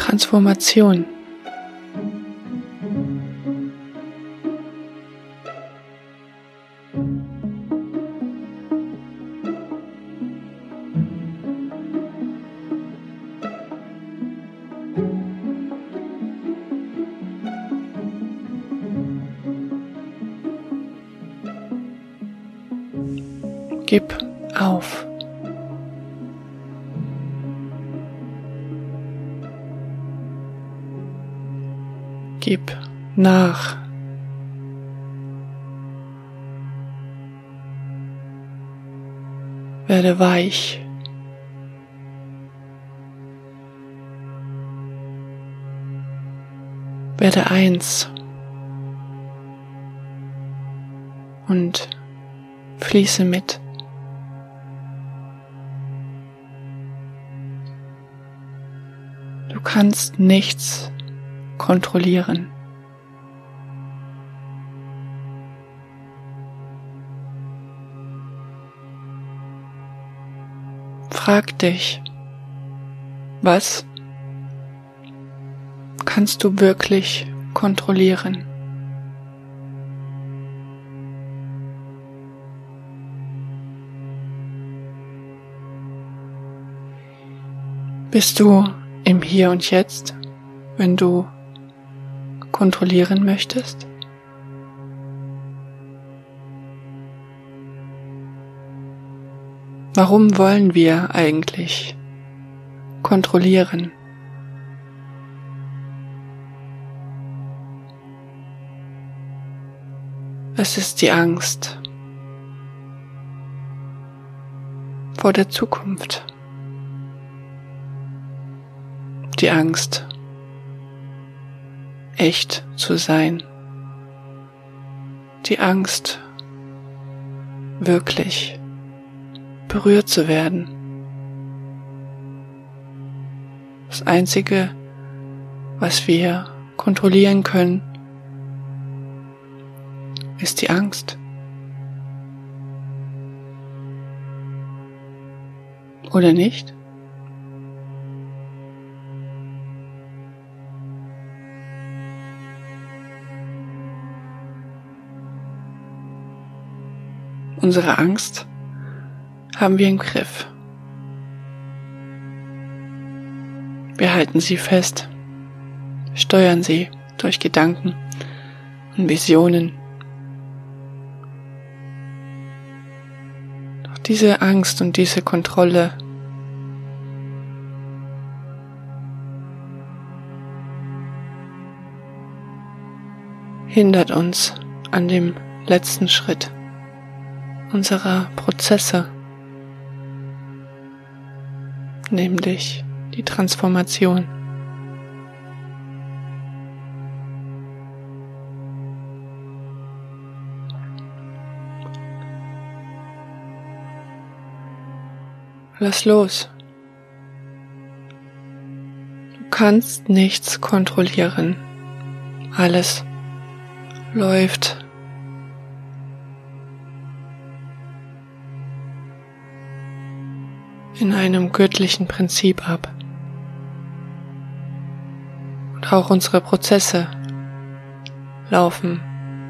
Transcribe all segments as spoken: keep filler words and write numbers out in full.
Transformation. Gib auf. Gib nach. Werde weich. Werde eins und fließe mit. Du kannst nichts kontrollieren. Frag dich, was kannst du wirklich kontrollieren? Bist du im Hier und Jetzt, wenn du kontrollieren möchtest? Warum wollen wir eigentlich kontrollieren? Es ist die Angst vor der Zukunft. Die Angst, echt zu sein. Die Angst, wirklich berührt zu werden. Das Einzige, was wir kontrollieren können, ist die Angst. Oder nicht? Unsere Angst haben wir im Griff. Wir halten sie fest, steuern sie durch Gedanken und Visionen. Doch diese Angst und diese Kontrolle hindert uns an dem letzten Schritt unserer Prozesse, nämlich die Transformation. Lass los. Du kannst nichts kontrollieren. Alles läuft in einem göttlichen Prinzip ab. Und auch unsere Prozesse laufen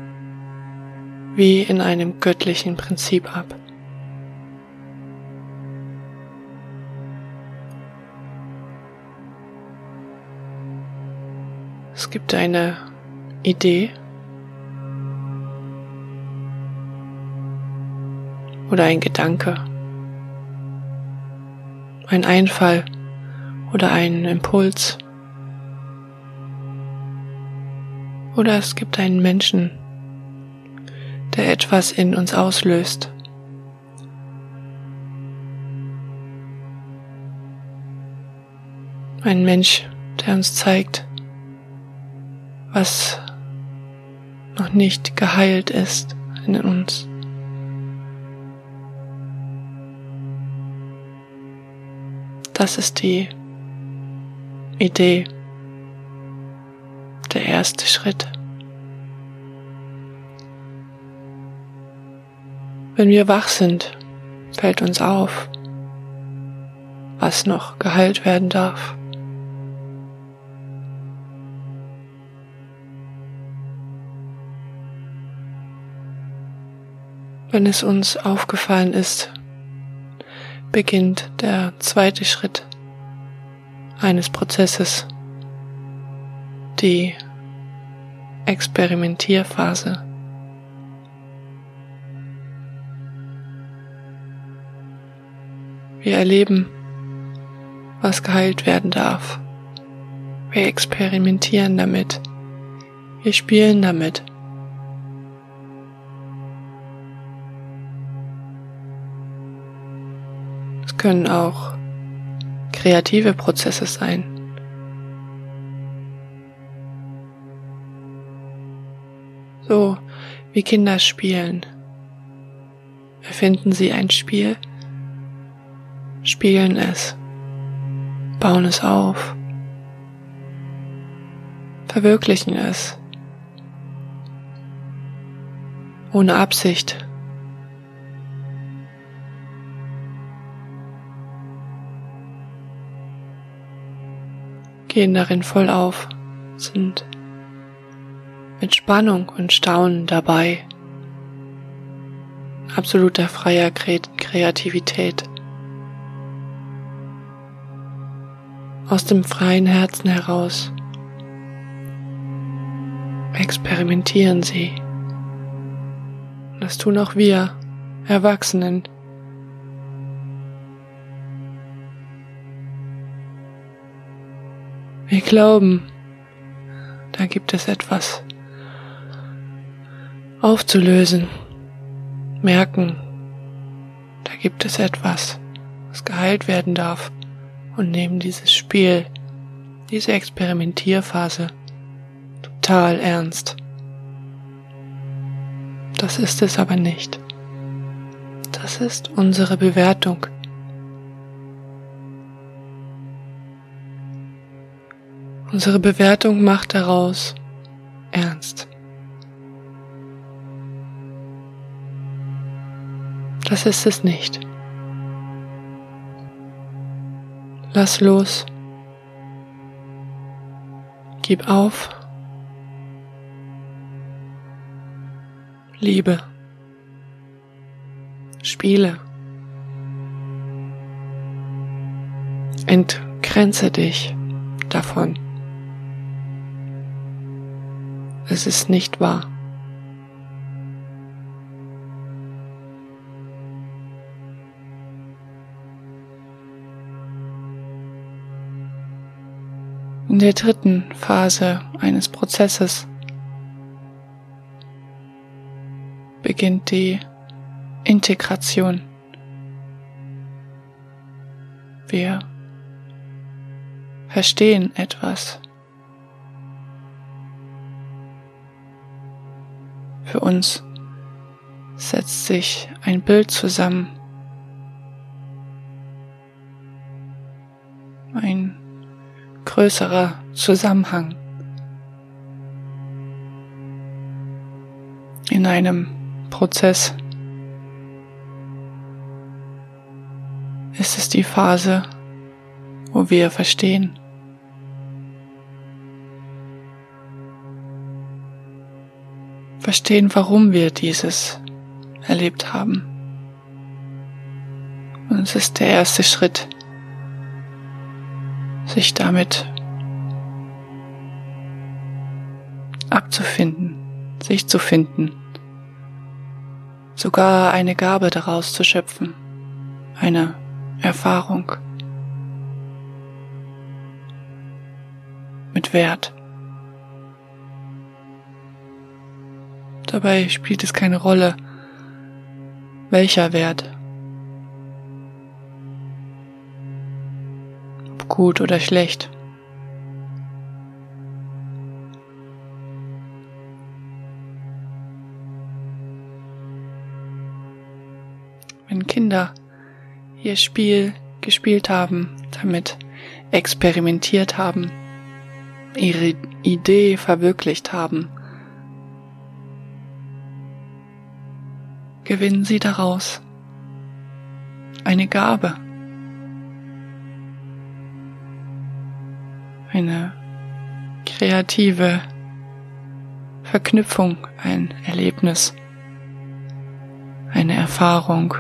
wie in einem göttlichen Prinzip ab. Es gibt eine Idee oder ein Gedanke, ein Einfall oder ein Impuls. Oder es gibt einen Menschen, der etwas in uns auslöst. Ein Mensch, der uns zeigt, was noch nicht geheilt ist in uns. Das ist die Idee, der erste Schritt. Wenn wir wach sind, fällt uns auf, was noch geheilt werden darf. Wenn es uns aufgefallen ist, beginnt der zweite Schritt eines Prozesses, die Experimentierphase. Wir erleben, was geheilt werden darf. Wir experimentieren damit. Wir spielen damit. Es können auch kreative Prozesse sein. So wie Kinder spielen. Erfinden sie ein Spiel, spielen es, bauen es auf, verwirklichen es, ohne Absicht. Gehen darin voll auf, sind mit Spannung und Staunen dabei, absoluter freier Kreativität, aus dem freien Herzen heraus. Experimentieren Sie. Und das tun auch wir, Erwachsenen. Wir glauben, da gibt es etwas aufzulösen, merken, da gibt es etwas, was geheilt werden darf, und nehmen dieses Spiel, diese Experimentierphase total ernst. Das ist es aber nicht. Das ist unsere Bewertung. Unsere Bewertung macht daraus ernst. Das ist es nicht. Lass los. Gib auf. Liebe. Spiele. Entgrenze dich davon. Es ist nicht wahr. In der dritten Phase eines Prozesses beginnt die Integration. Wir verstehen etwas. Für uns setzt sich ein Bild zusammen. Ein größerer Zusammenhang. In einem Prozess ist es die Phase, wo wir verstehen. Verstehen, warum wir dieses erlebt haben. Und es ist der erste Schritt, sich damit abzufinden, sich zu finden, sogar eine Gabe daraus zu schöpfen, eine Erfahrung mit Wert. Dabei spielt es keine Rolle, welcher Wert, ob gut oder schlecht. Wenn Kinder ihr Spiel gespielt haben, damit experimentiert haben, ihre Idee verwirklicht haben, gewinnen sie daraus eine Gabe, eine kreative Verknüpfung, ein Erlebnis, eine Erfahrung.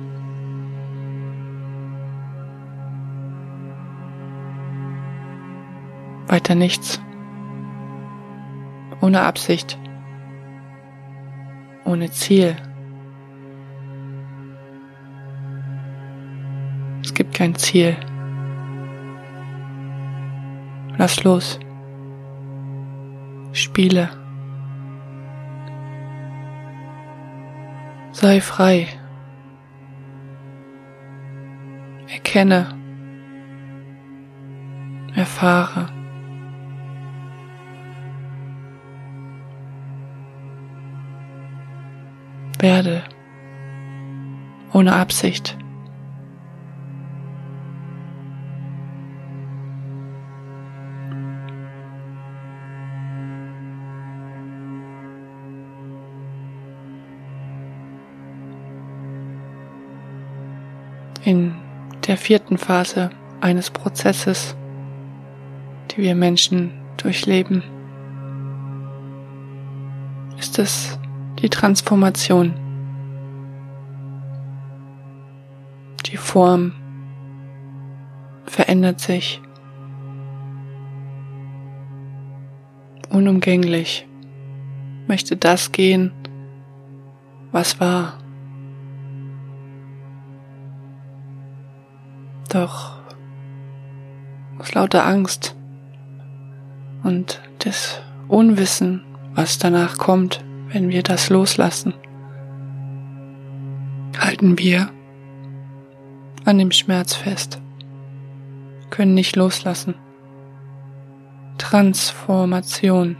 Weiter nichts. Ohne Absicht. Ohne Ziel. Es gibt kein Ziel. Lass los. Spiele. Sei frei. Erkenne. Erfahre. Werde. Ohne Absicht. In der vierten Phase eines Prozesses, die wir Menschen durchleben, ist es die Transformation. Die Form verändert sich unumgänglich, möchte das gehen, was war. Doch aus lauter Angst und des Unwissen, was danach kommt, wenn wir das loslassen, halten wir an dem Schmerz fest, können nicht loslassen. Transformation.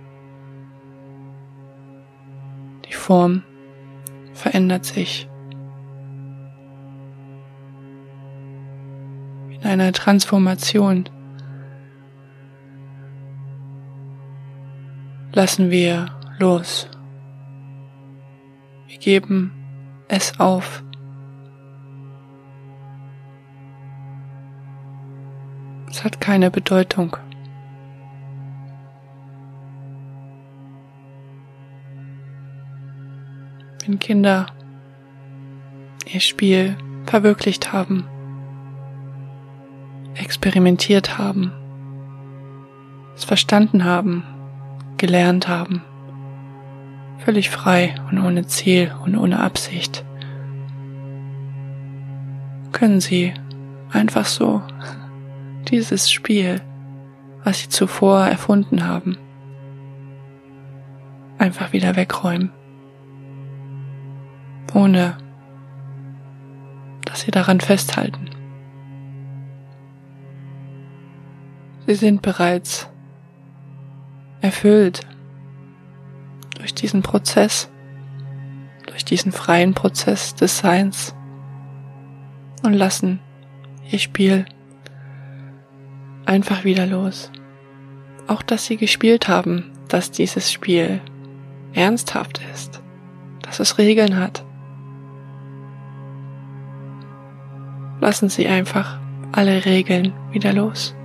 Die Form verändert sich. In einer Transformation lassen wir los. Wir geben es auf. Es hat keine Bedeutung. Wenn Kinder ihr Spiel verwirklicht haben, experimentiert haben, es verstanden haben, gelernt haben, völlig frei und ohne Ziel und ohne Absicht, können sie einfach so dieses Spiel, was sie zuvor erfunden haben, einfach wieder wegräumen, ohne dass sie daran festhalten. Sie sind bereits erfüllt durch diesen Prozess, durch diesen freien Prozess des Seins und lassen ihr Spiel einfach wieder los. Auch dass sie gespielt haben, dass dieses Spiel ernsthaft ist, dass es Regeln hat. Lassen Sie einfach alle Regeln wieder los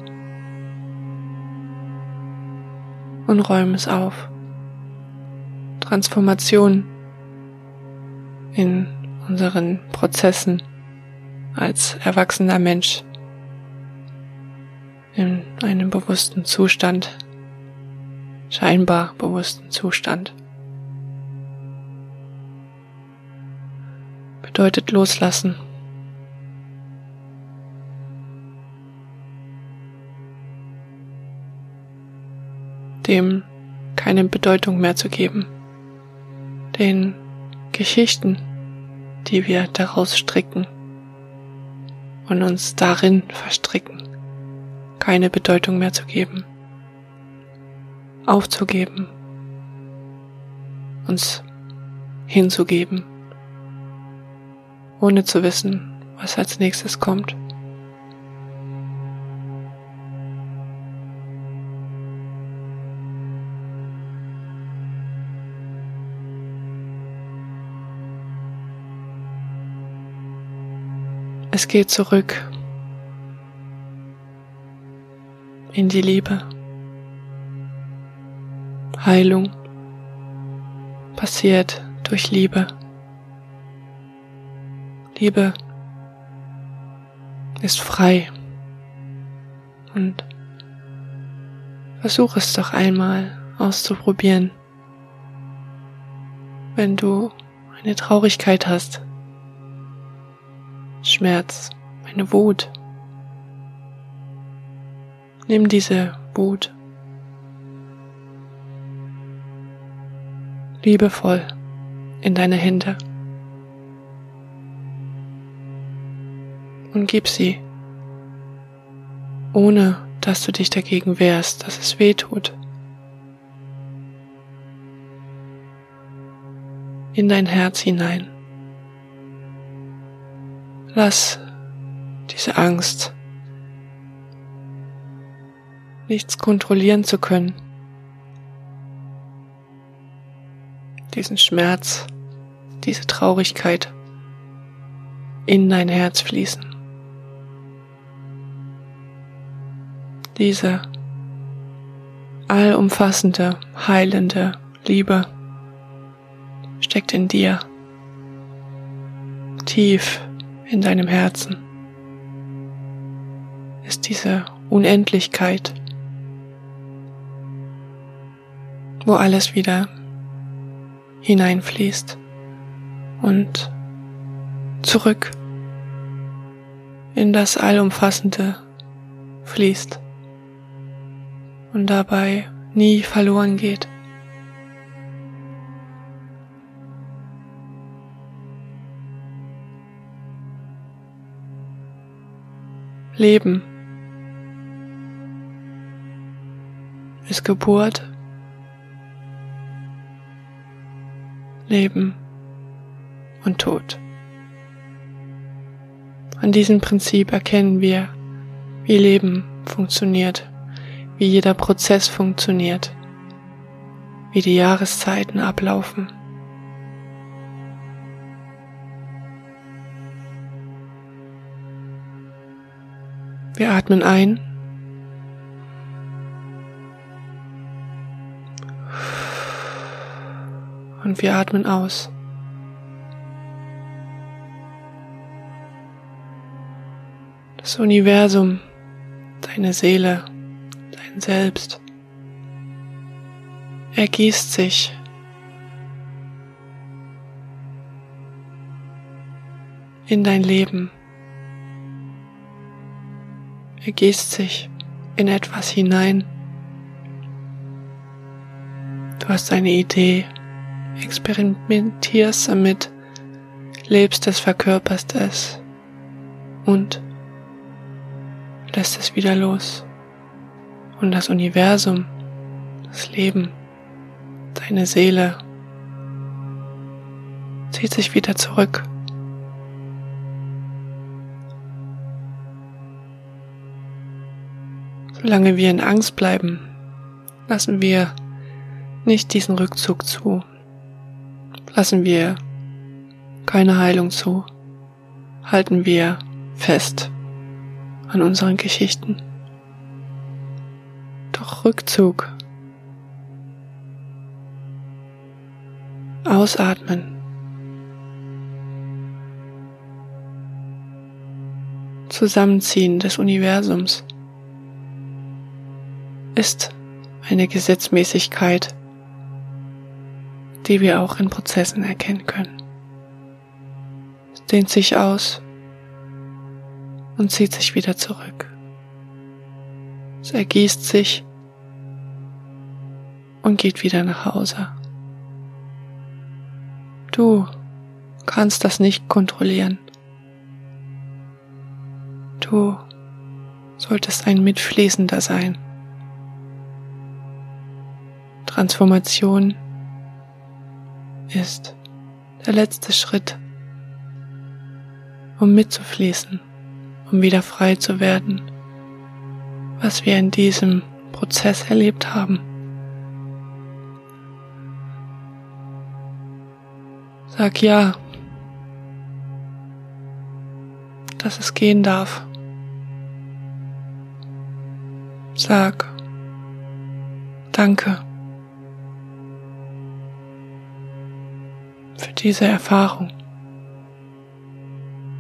und räumen es auf. Transformation in unseren Prozessen als erwachsener Mensch in einem bewussten Zustand, scheinbar bewussten Zustand, bedeutet loslassen. Dem keine Bedeutung mehr zu geben, den Geschichten, die wir daraus stricken und uns darin verstricken, keine Bedeutung mehr zu geben, aufzugeben, uns hinzugeben, ohne zu wissen, was als nächstes kommt. Es geht zurück in die Liebe. Heilung passiert durch Liebe. Liebe ist frei. Und versuch es doch einmal auszuprobieren. Wenn du eine Traurigkeit hast, Schmerz, eine Wut, nimm diese Wut liebevoll in deine Hände und gib sie, ohne dass du dich dagegen wehrst, dass es weh tut, in dein Herz hinein. Lass diese Angst, nichts kontrollieren zu können, diesen Schmerz, diese Traurigkeit in dein Herz fließen. Diese allumfassende, heilende Liebe steckt in dir, tief in deinem Herzen ist diese Unendlichkeit, wo alles wieder hineinfließt und zurück in das Allumfassende fließt und dabei nie verloren geht. Leben ist Geburt, Leben und Tod. An diesem Prinzip erkennen wir, wie Leben funktioniert, wie jeder Prozess funktioniert, wie die Jahreszeiten ablaufen. Wir atmen ein und wir atmen aus. Das Universum, deine Seele, dein Selbst ergießt sich in dein Leben, ergießt sich in etwas hinein. Du hast eine Idee, experimentierst damit, lebst es, verkörperst es und lässt es wieder los. Und das Universum, das Leben, deine Seele zieht sich wieder zurück. Solange wir in Angst bleiben, lassen wir nicht diesen Rückzug zu. Lassen wir keine Heilung zu. Halten wir fest an unseren Geschichten. Doch Rückzug, ausatmen, Zusammenziehen des Universums ist eine Gesetzmäßigkeit, die wir auch in Prozessen erkennen können. Es dehnt sich aus und zieht sich wieder zurück. Es ergießt sich und geht wieder nach Hause. Du kannst das nicht kontrollieren. Du solltest ein Mitfließender sein. Transformation ist der letzte Schritt, um mitzufließen, um wieder frei zu werden, was wir in diesem Prozess erlebt haben. Sag ja, dass es gehen darf. Sag Danke für diese Erfahrung.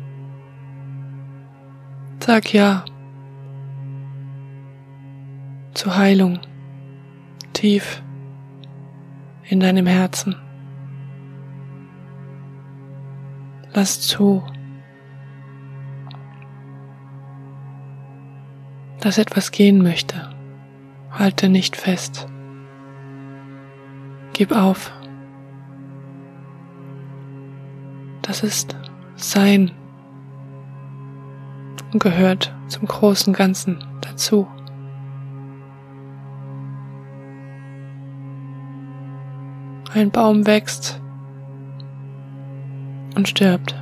Sag ja zur Heilung tief in deinem Herzen. Lass zu, dass etwas gehen möchte. Halte nicht fest. Gib auf. Das ist Sein und gehört zum großen Ganzen dazu. Ein Baum wächst und stirbt.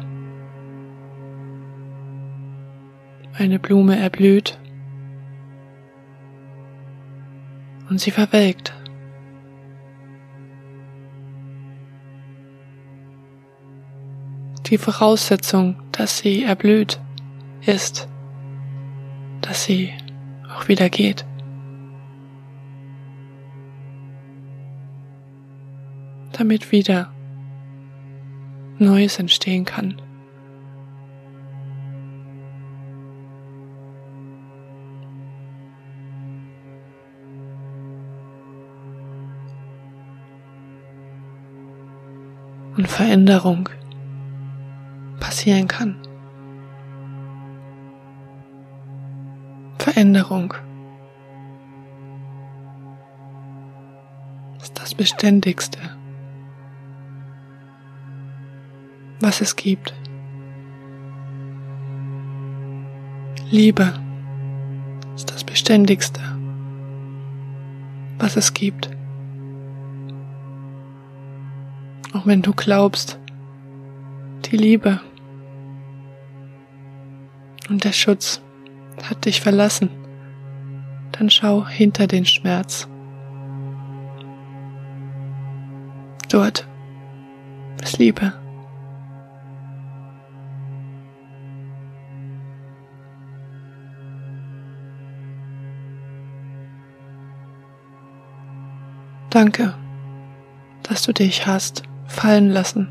Eine Blume erblüht und sie verwelkt. Die Voraussetzung, dass sie erblüht, ist, dass sie auch wieder geht. Damit wieder Neues entstehen kann. Und Veränderung passieren kann. Veränderung ist das Beständigste, was es gibt. Liebe ist das Beständigste, was es gibt. Auch wenn du glaubst, die Liebe und der Schutz hat dich verlassen, dann schau hinter den Schmerz. Dort ist Liebe. Danke, dass du dich hast fallen lassen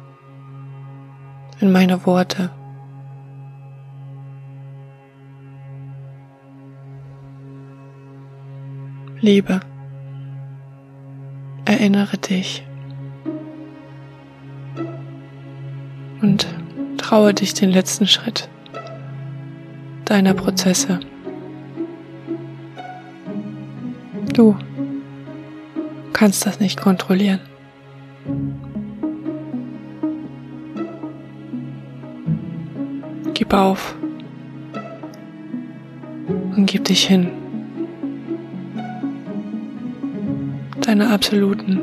in meine Worte. Liebe, erinnere dich und traue dich den letzten Schritt deiner Prozesse. Du kannst das nicht kontrollieren. Gib auf und gib dich hin deiner absoluten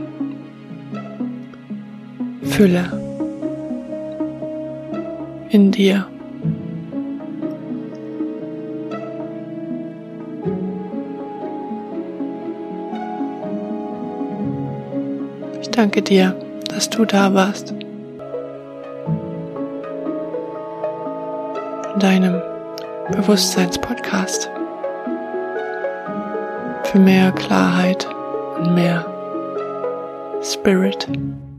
Fülle in dir. Ich danke dir, dass du da warst. In deinem Bewusstseinspodcast. Für mehr Klarheit und mehr Spirit.